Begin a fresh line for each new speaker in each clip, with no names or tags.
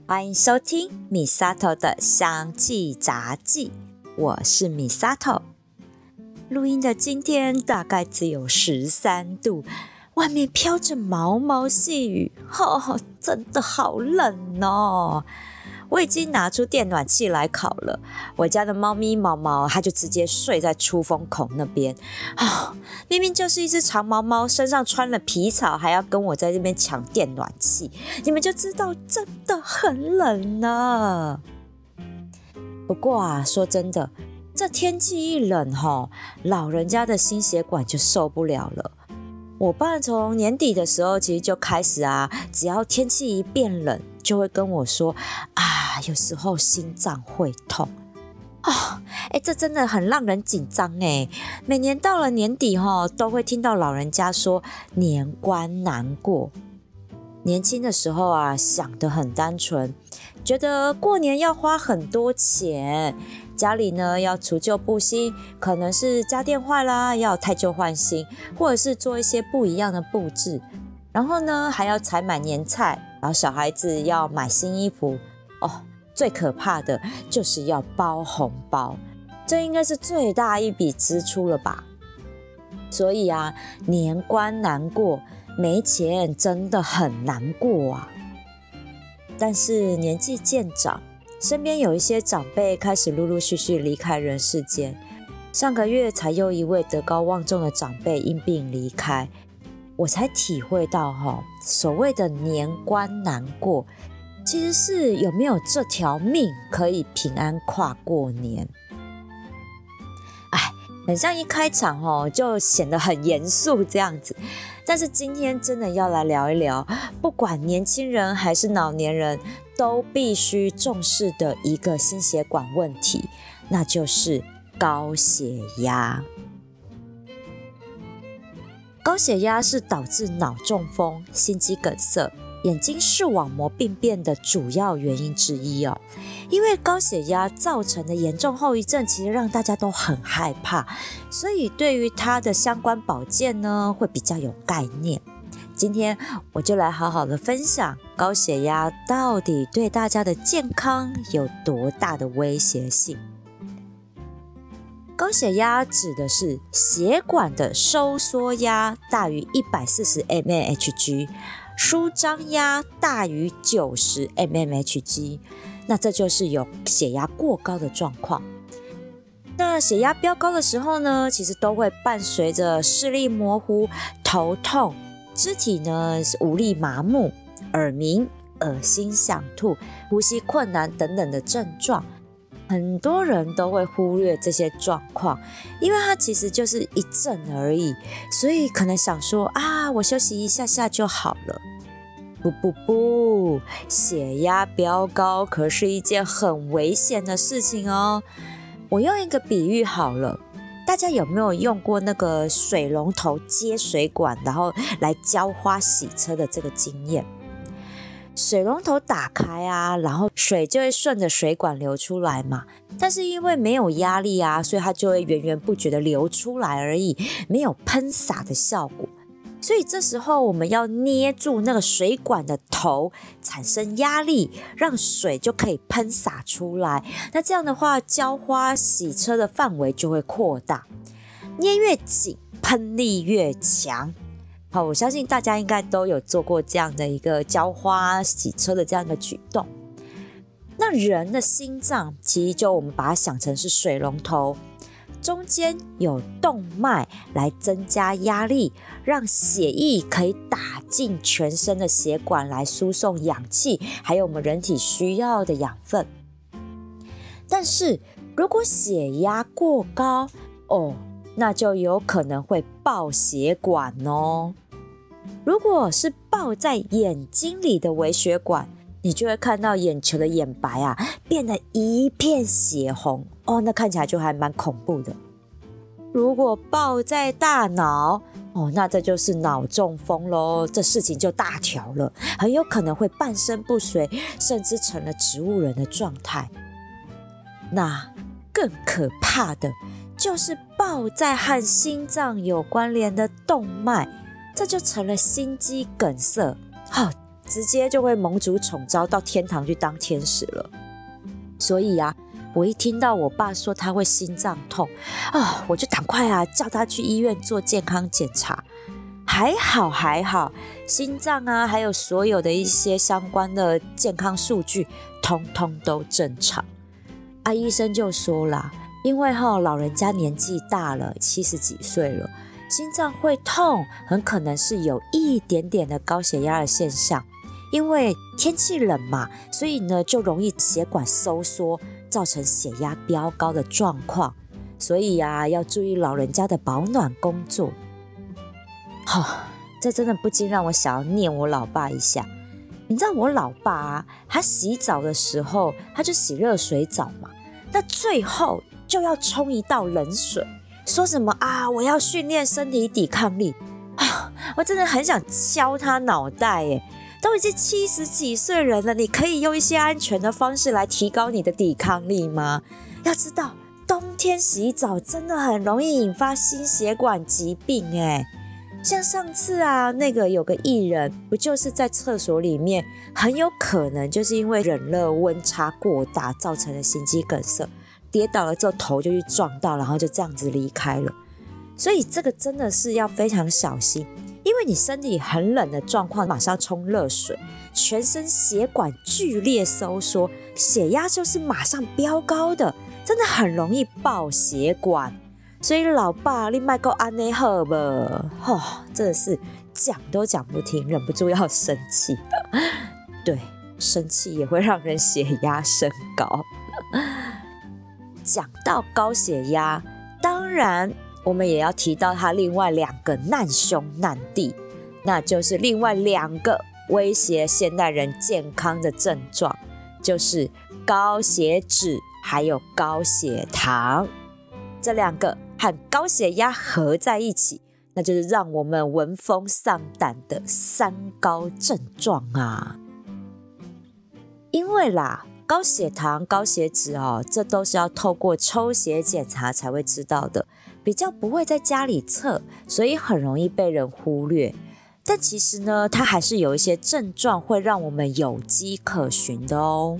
欢迎收听米萨头的香气杂记，我是米萨头。录音的今天大概只有13度，外面飘着毛毛细雨，真的好冷哦。我已经拿出电暖气来烤了，我家的猫咪毛毛它就直接睡在出风口那边。明明就是一只长毛猫，身上穿了皮草，还要跟我在这边抢电暖气，你们就知道真的很冷呢。不过啊，说真的，这天气一冷老人家的心血管就受不了了。我爸从年底的时候其实就开始只要天气一变冷，就会跟我说有时候心脏会痛这真的很让人紧张每年到了年底都会听到老人家说年关难过。年轻的时候想得很单纯，觉得过年要花很多钱，家里呢要除旧布新，可能是家电坏啦，要汰旧换新，或者是做一些不一样的布置，然后呢还要采买年菜，然后小孩子要买新衣服最可怕的就是要包红包，这应该是最大一笔支出了吧。所以年关难过，没钱真的很难过但是年纪渐长，身边有一些长辈开始陆陆续续离开人世间，上个月才又一位德高望重的长辈因病离开，我才体会到所谓的年关难过，其实是有没有这条命可以平安跨过年。很像一开场就显得很严肃这样子，但是今天真的要来聊一聊，不管年轻人还是老年人都必须重视的一个心血管问题，那就是高血压。高血压是导致脑中风、心肌梗塞、眼睛视网膜病变的主要原因之一因为高血压造成的严重后遗症其实让大家都很害怕，所以对于它的相关保健呢会比较有概念。今天我就来好好的分享高血压到底对大家的健康有多大的威胁性。高血压指的是血管的收缩压大于140 mmHg， 舒张压大于90 mmHg， 那这就是有血压过高的状况。那血压飙高的时候呢，其实都会伴随着视力模糊、头痛、肢体呢无力麻木、耳鸣、恶心想吐、呼吸困难等等的症状。很多人都会忽略这些状况，因为它其实就是一阵而已，所以可能想说我休息一下下就好了。不，血压飙高可是一件很危险的事情我用一个比喻好了，大家有没有用过那个水龙头接水管然后来浇花洗车的这个经验？水龙头打开然后水就会顺着水管流出来嘛，但是因为没有压力所以它就会源源不绝的流出来而已，没有喷洒的效果。所以这时候我们要捏住那个水管的头，产生压力，让水就可以喷洒出来。那这样的话，浇花洗车的范围就会扩大，捏越紧，喷力越强。我相信大家应该都有做过这样的一个浇花洗车的这样的举动。那人的心脏其实就我们把它想成是水龙头，中间有动脉来增加压力，让血液可以打进全身的血管来输送氧气，还有我们人体需要的养分。但是如果血压过高那就有可能会爆血管如果是爆在眼睛里的微血管，你就会看到眼球的眼白变得一片血红那看起来就还蛮恐怖的。如果爆在大脑那这就是脑中风咯，这事情就大条了，很有可能会半身不遂，甚至成了植物人的状态。那更可怕的就是爆在和心脏有关联的动脉，这就成了心肌梗塞直接就会蒙主宠召到天堂去当天使了。所以啊，我一听到我爸说他会心脏痛我就赶快叫他去医院做健康检查。还好，心脏还有所有的一些相关的健康数据通通都正常。医生就说啦，因为老人家年纪大了，70几岁了，心脏会痛很可能是有一点点的高血压的现象。因为天气冷嘛，所以呢就容易血管收缩，造成血压飙高的状况。所以要注意老人家的保暖工作。这真的不禁让我想要念我老爸一下。你知道我老爸他洗澡的时候他就洗热水澡嘛，那最后就要冲一道冷水，说什么我要训练身体抵抗力我真的很想敲他脑袋耶，都已经70几岁人了，你可以用一些安全的方式来提高你的抵抗力吗？要知道冬天洗澡真的很容易引发心血管疾病耶。像上次那个有个艺人不就是在厕所里面，很有可能就是因为冷热温差过大造成的心肌梗塞，跌倒了之后头就去撞到，然后就这样子离开了。所以这个真的是要非常小心，因为你身体很冷的状况马上冲热水，全身血管剧烈收缩，血压就是马上飙高的，真的很容易爆血管。所以老爸你别再这样好吧，真的是讲都讲不听，忍不住要生气。对，生气也会让人血压升高。讲到高血压，当然我们也要提到他另外2个难兄难弟，那就是另外2个威胁现代人健康的症状，就是高血脂还有高血糖。这2个和高血压合在一起，那就是让我们闻风丧胆的3高症状因为高血糖、高血脂这都是要透过抽血检查才会知道的，比较不会在家里测，所以很容易被人忽略。但其实呢，它还是有一些症状会让我们有迹可循的哦。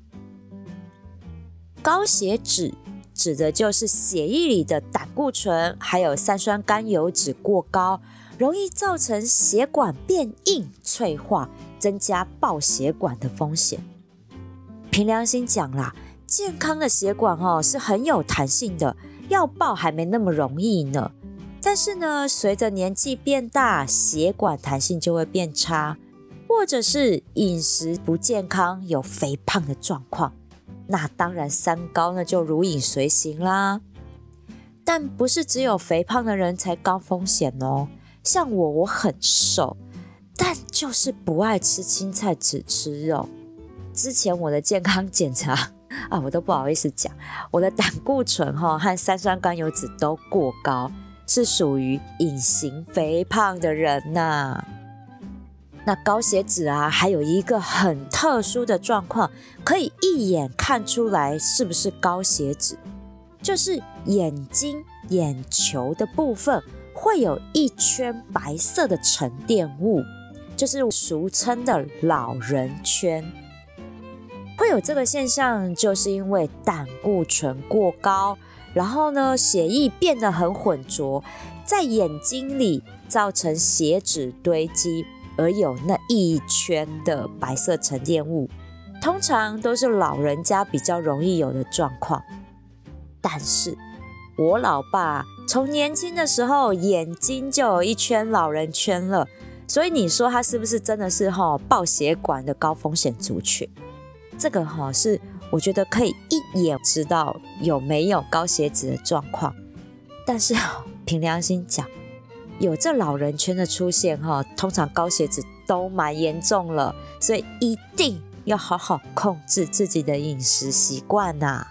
高血脂指的就是血液里的胆固醇还有三酸甘油脂过高，容易造成血管变硬脆化，增加爆血管的风险。凭良心讲啦，健康的血管是很有弹性的，要爆还没那么容易呢。但是呢，随着年纪变大，血管弹性就会变差，或者是饮食不健康，有肥胖的状况，那当然3高呢就如影随形啦。但不是只有肥胖的人才高风险哦，像我很瘦，但就是不爱吃青菜，只吃肉。之前我的健康检查我都不好意思讲，我的胆固醇和三酸甘油脂都过高，是属于隐形肥胖的人呐。那高血脂还有一个很特殊的状况，可以一眼看出来是不是高血脂，就是眼睛眼球的部分会有一圈白色的沉淀物，就是俗称的老人圈。会有这个现象，就是因为胆固醇过高，然后呢血液变得很浑浊，在眼睛里造成血脂堆积，而有那一圈的白色沉淀物，通常都是老人家比较容易有的状况。但是我老爸从年轻的时候眼睛就有一圈老人圈了，所以你说他是不是真的是爆血管的高风险族群？这个是我觉得可以一眼知道有没有高血脂的状况。但是凭良心讲，有这老人圈的出现通常高血脂都蛮严重了，所以一定要好好控制自己的饮食习惯呐。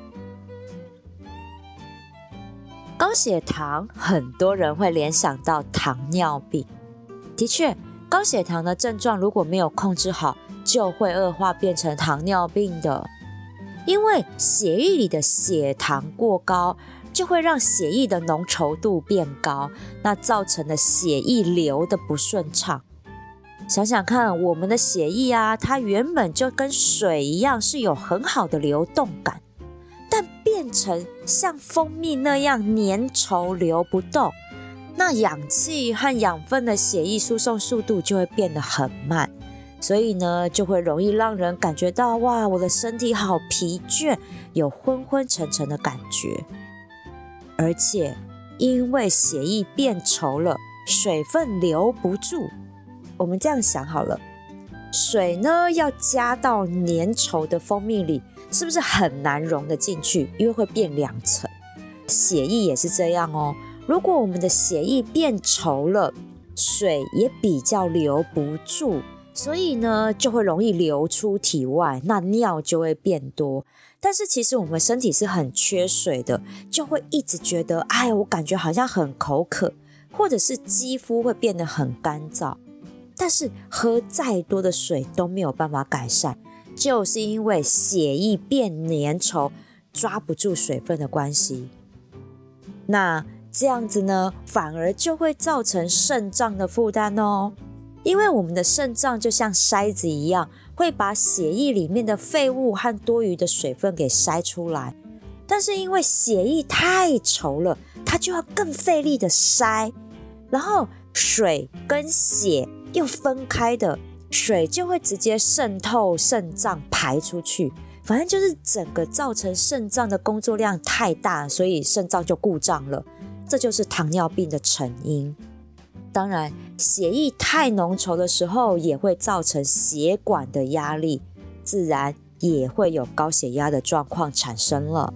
高血糖很多人会联想到糖尿病，的确高血糖的症状如果没有控制好，就会恶化变成糖尿病的。因为血液里的血糖过高，就会让血液的浓稠度变高，那造成的血液流的不顺畅。 想想看，我们的血液啊，它原本就跟水一样是有很好的流动感，但变成像蜂蜜那样粘稠流不动，那氧气和养分的血液输送速度就会变得很慢，所以呢，就会容易让人感觉到哇，我的身体好疲倦，有昏昏沉沉的感觉。而且因为血液变稠了，水分留不住。我们这样想好了，水呢要加到粘稠的蜂蜜里，是不是很难溶得进去？因为会变两层。血液也是这样哦，如果我们的血液变稠了，水也比较留不住，所以呢就会容易流出体外，那尿就会变多。但是其实我们身体是很缺水的，就会一直觉得我感觉好像很口渴，或者是肌肤会变得很干燥。但是喝再多的水都没有办法改善，就是因为血液变粘稠，抓不住水分的关系。那这样子呢，反而就会造成肾脏的负担哦。因为我们的肾脏就像筛子一样，会把血液里面的废物和多余的水分给筛出来。但是因为血液太稠了，它就要更费力的筛，然后水跟血又分开的，水就会直接渗透肾脏排出去，反正就是整个造成肾脏的工作量太大，所以肾脏就故障了，这就是糖尿病的成因。当然，血液太浓稠的时候也会造成血管的压力，自然也会有高血压的状况产生了。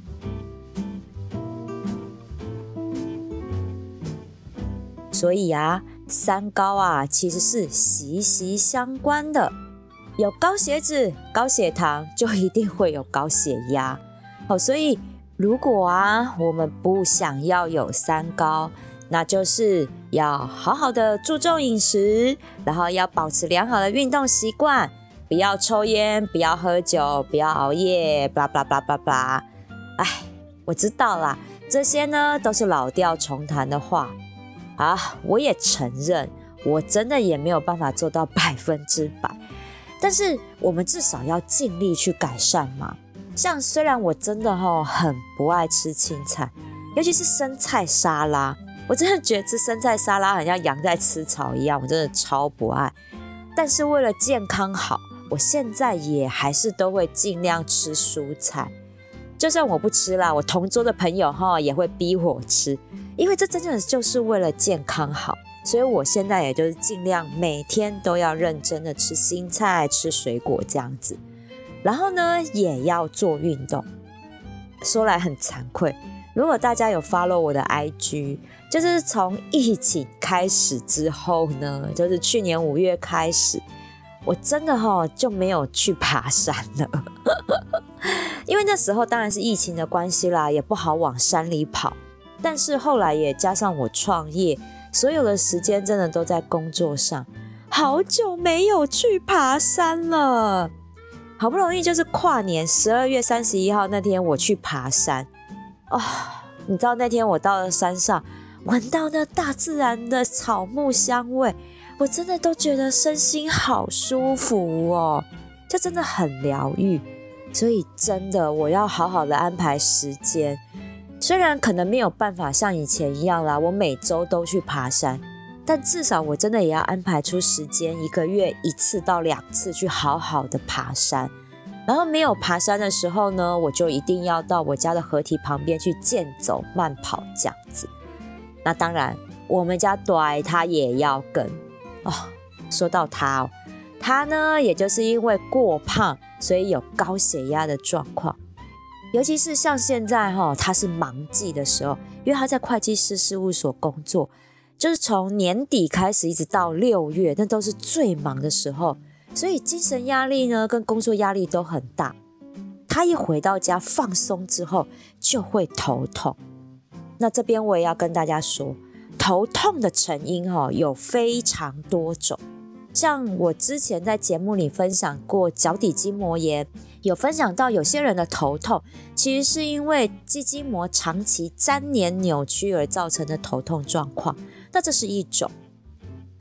所以三高其实是息息相关的，有高血脂、高血糖，就一定会有高血压。所以如果我们不想要有三高，那就是要好好的注重饮食，然后要保持良好的运动习惯，不要抽烟，不要喝酒，不要熬夜，blah blah blah blah blah。我知道啦，这些呢都是老调重弹的话。我也承认，我真的也没有办法做到100%，但是我们至少要尽力去改善嘛。像虽然我真的很不爱吃青菜，尤其是生菜沙拉，我真的觉得吃生菜沙拉很像羊在吃草一样，我真的超不爱。但是为了健康好，我现在也还是都会尽量吃蔬菜。就算我不吃啦，我同桌的朋友也会逼我吃，因为这真的就是为了健康好。所以我现在也就是尽量每天都要认真的吃青菜、吃水果这样子。然后呢，也要做运动。说来很惭愧，如果大家有 follow 我的 IG， 就是从疫情开始之后呢，就是去年5月开始，我真的就没有去爬山了。因为那时候当然是疫情的关系啦，也不好往山里跑。但是后来也加上我创业，所有的时间真的都在工作上，好久没有去爬山了。好不容易就是跨年12月31号那天我去爬山。你知道那天我到了山上，闻到那大自然的草木香味，我真的都觉得身心好舒服哦，这真的很疗愈。所以真的我要好好的安排时间，虽然可能没有办法像以前一样啦，我每周都去爬山，但至少我真的也要安排出时间，1个月1次到2次去好好的爬山。然后没有爬山的时候呢，我就一定要到我家的河堤旁边去健走慢跑这样子。那当然我们家短他也要跟说到他呢也就是因为过胖，所以有高血压的状况。尤其是像现在他是忙季的时候，因为他在会计师事务所工作，就是从年底开始一直到6月，那都是最忙的时候，所以精神压力呢跟工作压力都很大。他一回到家放松之后就会头痛。那这边我也要跟大家说，头痛的成因有非常多种。像我之前在节目里分享过脚底筋膜炎，有分享到有些人的头痛其实是因为肌筋膜长期粘连扭曲而造成的头痛状况，那这是一种。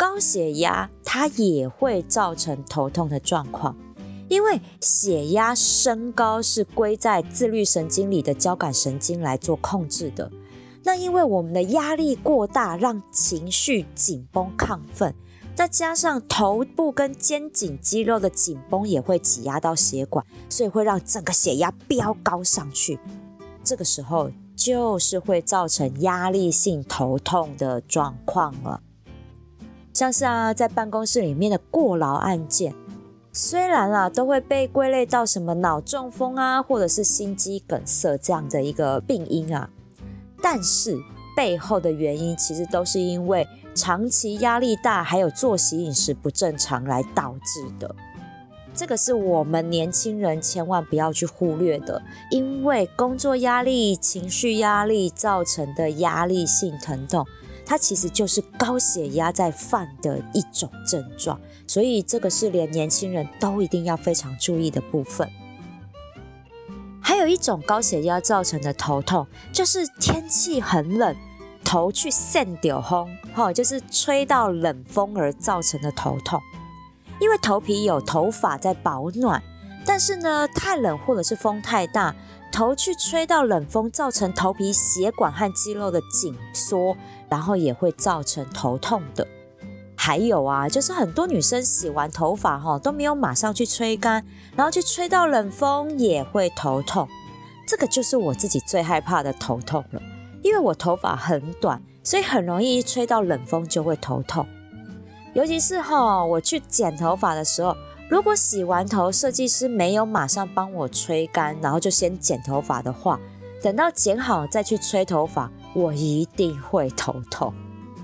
高血压它也会造成头痛的状况，因为血压升高是归在自律神经里的交感神经来做控制的。那因为我们的压力过大，让情绪紧绷亢奋，再加上头部跟肩颈肌肉的紧绷也会挤压到血管，所以会让整个血压飙高上去。这个时候就是会造成压力性头痛的状况了。像是在办公室里面的过劳案件，虽然都会被归类到什么脑中风或者是心肌梗塞这样的一个病因但是背后的原因其实都是因为长期压力大还有作息饮食不正常来导致的。这个是我们年轻人千万不要去忽略的，因为工作压力、情绪压力造成的压力性疼痛，它其实就是高血压在犯的一种症状，所以这个是连年轻人都一定要非常注意的部分。还有一种高血压造成的头痛，就是天气很冷，头去扇到风，就是吹到冷风而造成的头痛。因为头皮有头发在保暖，但是呢，太冷或者是风太大，头去吹到冷风，造成头皮血管和肌肉的紧缩，然后也会造成头痛的。还有就是很多女生洗完头发都没有马上去吹干，然后去吹到冷风也会头痛。这个就是我自己最害怕的头痛了，因为我头发很短，所以很容易一吹到冷风就会头痛。尤其是我去剪头发的时候，如果洗完头设计师没有马上帮我吹干，然后就先剪头发的话，等到剪好再去吹头发，我一定会头痛。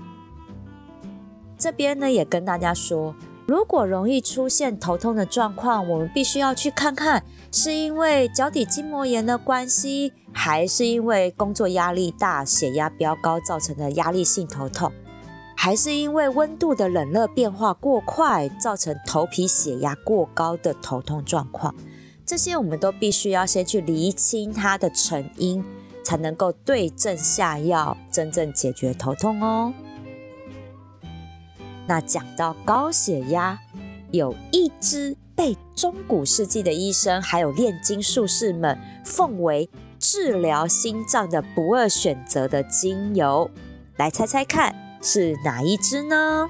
这边呢也跟大家说，如果容易出现头痛的状况，我们必须要去看看是因为脚底筋膜炎的关系，还是因为工作压力大、血压飙高造成的压力性头痛，还是因为温度的冷热变化过快造成头皮血压过高的头痛状况。这些我们都必须要先去厘清它的成因，才能够对症下药，真正解决头痛哦。那讲到高血压，有一支被中古世纪的医生还有炼金术士们奉为治疗心脏的不二选择的精油，来猜猜看是哪一支呢？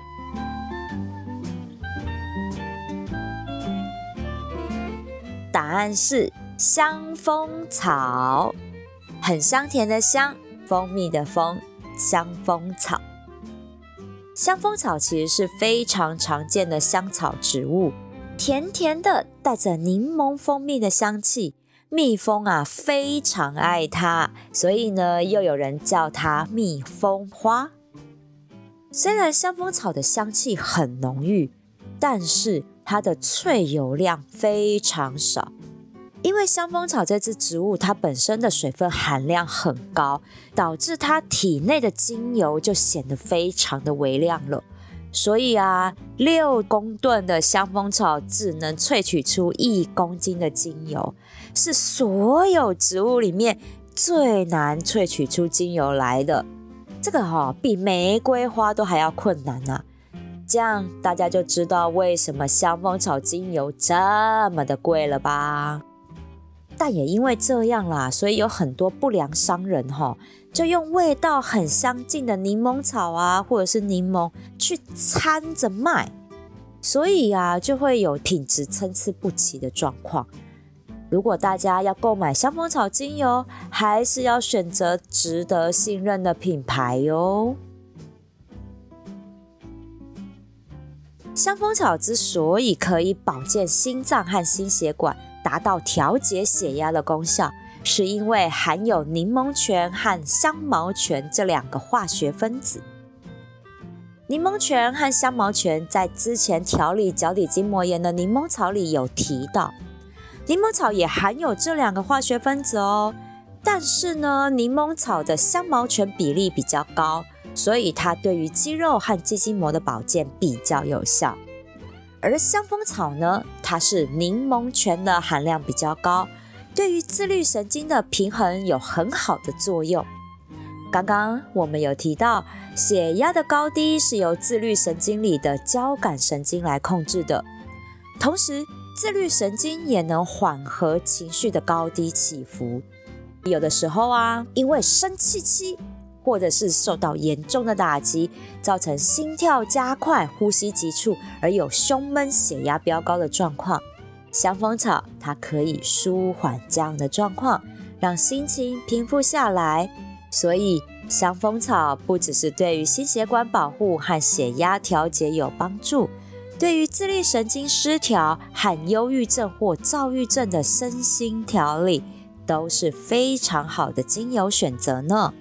答案是香蜂草，很香甜的香，蜂蜜的蜂，香蜂草。香蜂草其实是非常常见的香草植物，甜甜的，带着柠檬蜂蜜的香气，蜜蜂非常爱它，所以呢，又有人叫它蜜蜂花。虽然香蜂草的香气很浓郁，但是它的萃油量非常少。因为香蜂草这支植物它本身的水分含量很高，导致它体内的精油就显得非常的微量了。所以6公吨的香蜂草只能萃取出1公斤的精油，是所有植物里面最难萃取出精油来的。这个比玫瑰花都还要困难这样大家就知道为什么香蜂草精油这么的贵了吧。但也因为这样啦，所以有很多不良商人就用味道很相近的柠檬草或者是柠檬去掺着卖，所以就会有品质参差不齐的状况。如果大家要购买香蜂草精油，还是要选择值得信任的品牌哟。香蜂草之所以可以保健心脏和心血管，达到调节血压的功效，是因为含有柠檬醛和香茅醛这2个化学分子。柠檬醛和香茅醛在之前调理脚底筋膜炎的柠檬草里有提到，柠檬草也含有这2个化学分子哦。但是呢，柠檬草的香茅醛比例比较高，所以它对于肌肉和肌筋膜的保健比较有效。而香蜂草呢，它是柠檬醛的含量比较高，对于自律神经的平衡有很好的作用。刚刚我们有提到， 血压的高低是由自律神经里的交感神经来控制的，同时自律神经也能缓和情绪的高低起伏。有的时候啊，因为生气或者是受到严重的打击，造成心跳加快、呼吸急促，而有胸闷、血压飙高的状况，香蜂草它可以舒缓这样的状况，让心情平复下来。所以香蜂草不只是对于心血管保护和血压调节有帮助，对于自律神经失调和忧郁症或躁郁症的身心调理都是非常好的精油选择呢。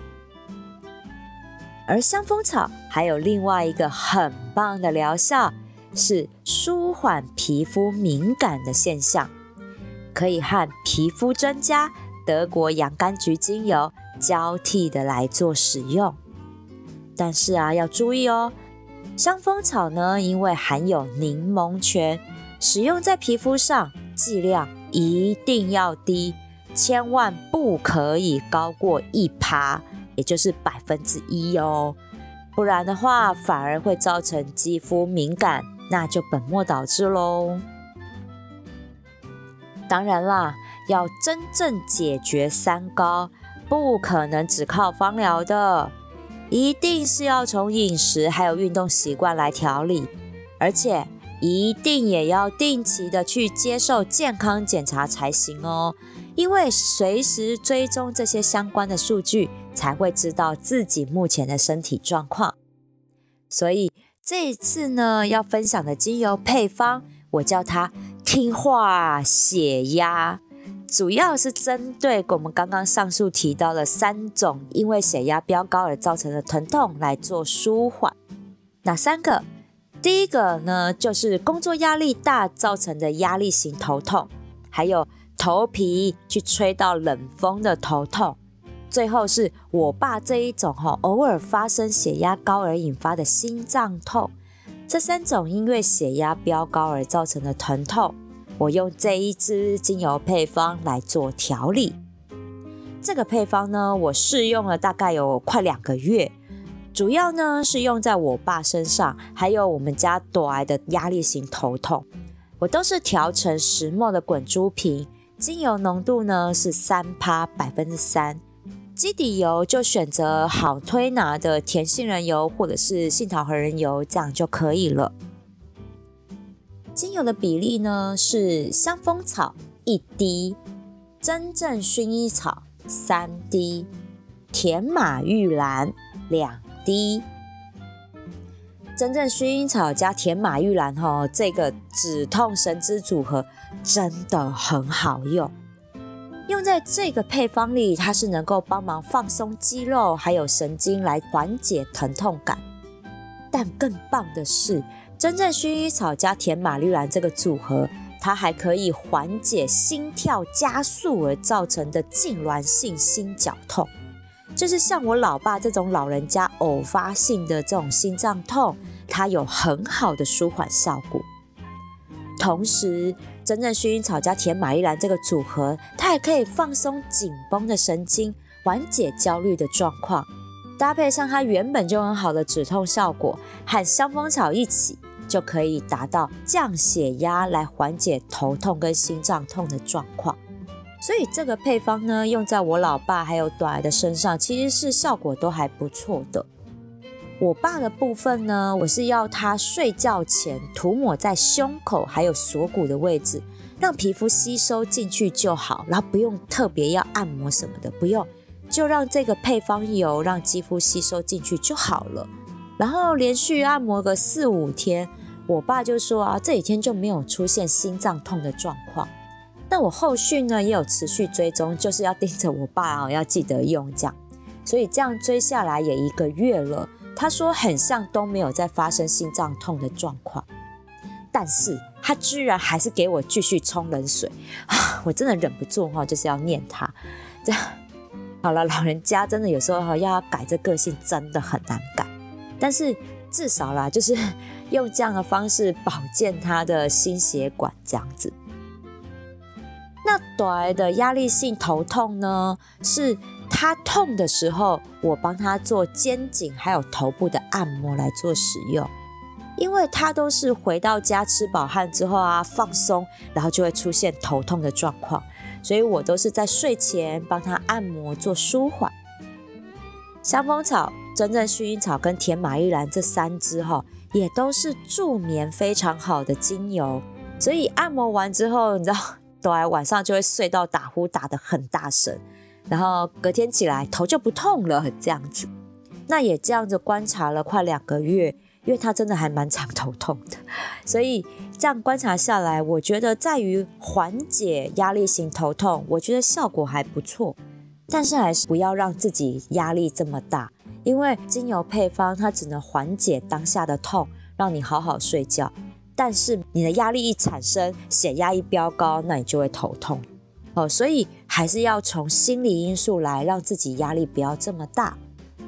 而香蜂草还有另外一个很棒的疗效，是舒缓皮肤敏感的现象，可以和皮肤专家德国洋甘菊精油交替的来做使用。但是啊，要注意哦，香蜂草呢，因为含有柠檬醛，使用在皮肤上剂量一定要低，千万不可以高过1%，也就是1%哦，不然的话反而会造成肌肤敏感，那就本末倒置咯。当然啦，要真正解决三高，不可能只靠芳疗的，一定是要从饮食还有运动习惯来调理，而且一定也要定期的去接受健康检查才行哦，因为随时追踪这些相关的数据，才会知道自己目前的身体状况。所以这一次呢，要分享的精油配方，我叫它听话血压，主要是针对我们刚刚上述提到的3种因为血压飙高而造成的疼痛来做舒缓。哪3个？第一个呢，就是工作压力大造成的压力型头痛，还有头皮去吹到冷风的头痛，最后是我爸这一种偶尔发生血压高而引发的心脏痛。这3种因为血压飙高而造成的疼痛，我用这一支精油配方来做调理。这个配方呢，我试用了大概有快2个月，主要呢是用在我爸身上，还有我们家朵儿的压力型头痛。我都是调成10ml的滚珠瓶，精油浓度呢是3%，基底油就选择好推拿的甜杏仁油或者是杏桃核仁油，这样就可以了。精油的比例呢是香蜂草1滴，真正薰衣草3滴，甜马玉兰2滴。真正薰衣草加甜马玉兰这个止痛神之组合真的很好用。用在这个配方里，它是能够帮忙放松肌肉还有神经来缓解疼痛感。但更棒的是，真正薰衣草加甜马玉兰这个组合，它还可以缓解心跳加速而造成的痉挛性心绞痛，就是像我老爸这种老人家偶发性的这种心脏痛，它有很好的舒缓效果。同时，真正薰衣草加甜马玉兰这个组合，它也可以放松紧绷的神经，缓解焦虑的状况。搭配上它原本就很好的止痛效果，和香蜂草一起，就可以达到降血压来缓解头痛跟心脏痛的状况。所以这个配方呢，用在我老爸还有朵儿的身上，其实是效果都还不错的。我爸的部分呢，我是要他睡觉前涂抹在胸口还有锁骨的位置，让皮肤吸收进去就好，然后不用特别要按摩什么的，不用，就让这个配方油让肌肤吸收进去就好了。然后连续按摩个4-5天，我爸就说这几天就没有出现心脏痛的状况。但我后续呢也有持续追踪，就是要盯着我爸要记得用这样，所以这样追下来也1个月了。他说很像都没有再发生心脏痛的状况，但是他居然还是给我继续冲冷水我真的忍不住就是要念他。好了，老人家真的有时候要改这个性真的很难改，但是至少啦，就是用这样的方式保健他的心血管这样子。那朵儿的压力性头痛呢，是他痛的时候，我帮他做肩颈还有头部的按摩来做使用。因为他都是回到家吃饱饭之后啊，放松，然后就会出现头痛的状况，所以我都是在睡前帮他按摩做舒缓。香蜂草、真正薰衣草跟甜马玉兰这3支也都是助眠非常好的精油，所以按摩完之后，你知道，朵莱晚上就会睡到打呼打得很大声，然后隔天起来头就不痛了，这样子。那也这样子观察了快2个月，因为他真的还蛮常头痛的，所以这样观察下来，我觉得在于缓解压力型头痛，我觉得效果还不错。但是还是不要让自己压力这么大，因为精油配方它只能缓解当下的痛，让你好好睡觉。但是你的压力一产生，血压一飙高，那你就会头痛。所以还是要从心理因素来，让自己压力不要这么大。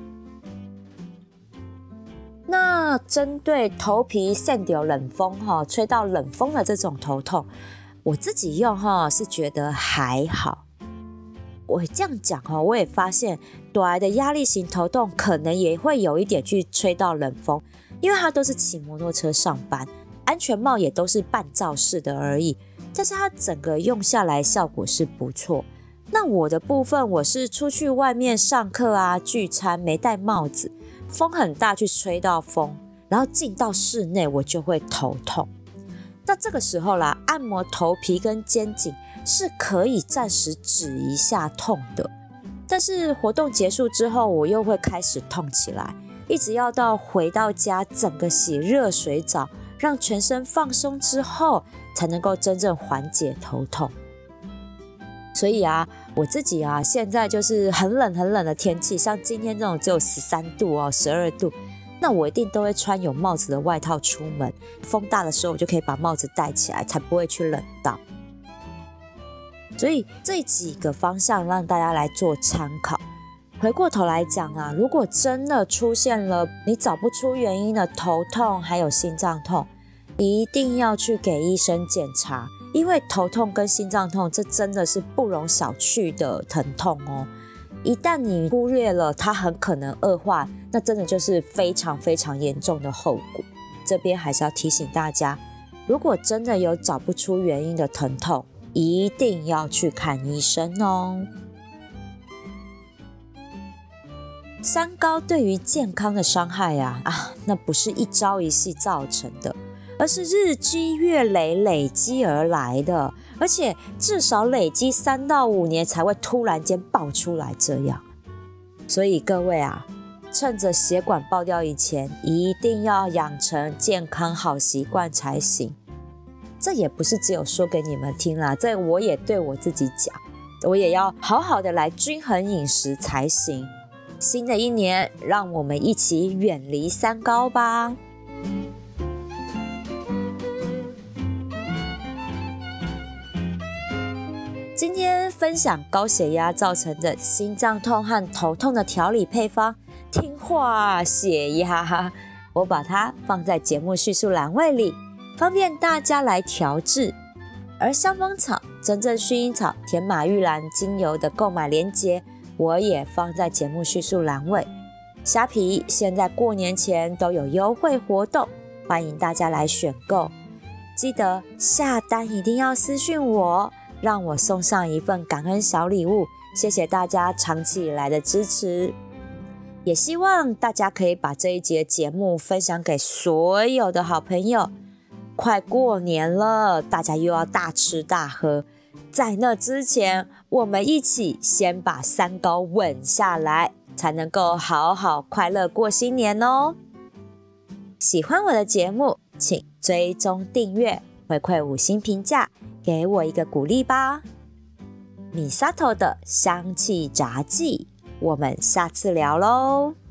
那针对头皮散掉冷风吹到冷风的这种头痛，我自己用是觉得还好。我这样讲我也发现朵莱的压力型头痛可能也会有一点去吹到冷风，因为它都是骑摩托车上班，安全帽也都是半罩式的而已，但是它整个用下来效果是不错。那我的部分，我是出去外面上课啊、聚餐没戴帽子，风很大去吹到风，然后进到室内我就会头痛。那这个时候啦，按摩头皮跟肩颈是可以暂时止一下痛的，但是活动结束之后我又会开始痛起来，一直要到回到家整个洗热水澡，让全身放松之后才能够真正缓解头痛。所以我自己现在就是很冷很冷的天气，像今天这种只有13度12度，那我一定都会穿有帽子的外套出门，风大的时候我就可以把帽子戴起来，才不会去冷到。所以这几个方向让大家来做参考。回过头来讲如果真的出现了你找不出原因的头痛还有心脏痛，一定要去给医生检查，因为头痛跟心脏痛这真的是不容小觑的疼痛一旦你忽略了，它很可能恶化，那真的就是非常非常严重的后果。这边还是要提醒大家，如果真的有找不出原因的疼痛，一定要去看医生三高对于健康的伤害那不是一朝一夕造成的，而是日积月累累积而来的，而且至少累积3到5年才会突然间爆出来这样。所以各位趁着血管爆掉以前，一定要养成健康好习惯才行。这也不是只有说给你们听啦，这我也对我自己讲，我也要好好的来均衡饮食才行。新的一年，让我们一起远离三高吧。今天分享高血压造成的心脏痛和头痛的调理配方，听话血压，我把它放在节目叙述栏位里，方便大家来调制。而香蜂草、真正薰衣草、甜马玉兰精油的购买链接，我也放在节目叙述栏位。虾皮现在过年前都有优惠活动，欢迎大家来选购。记得下单一定要私讯我，让我送上一份感恩小礼物，谢谢大家长期以来的支持。也希望大家可以把这一节节目分享给所有的好朋友。快过年了，大家又要大吃大喝，在那之前，我们一起先把三高稳下来，才能够好好快乐过新年哦。喜欢我的节目，请追踪订阅，回馈5星评价，给我一个鼓励吧。Misato 的香气杂技，我们下次聊咯。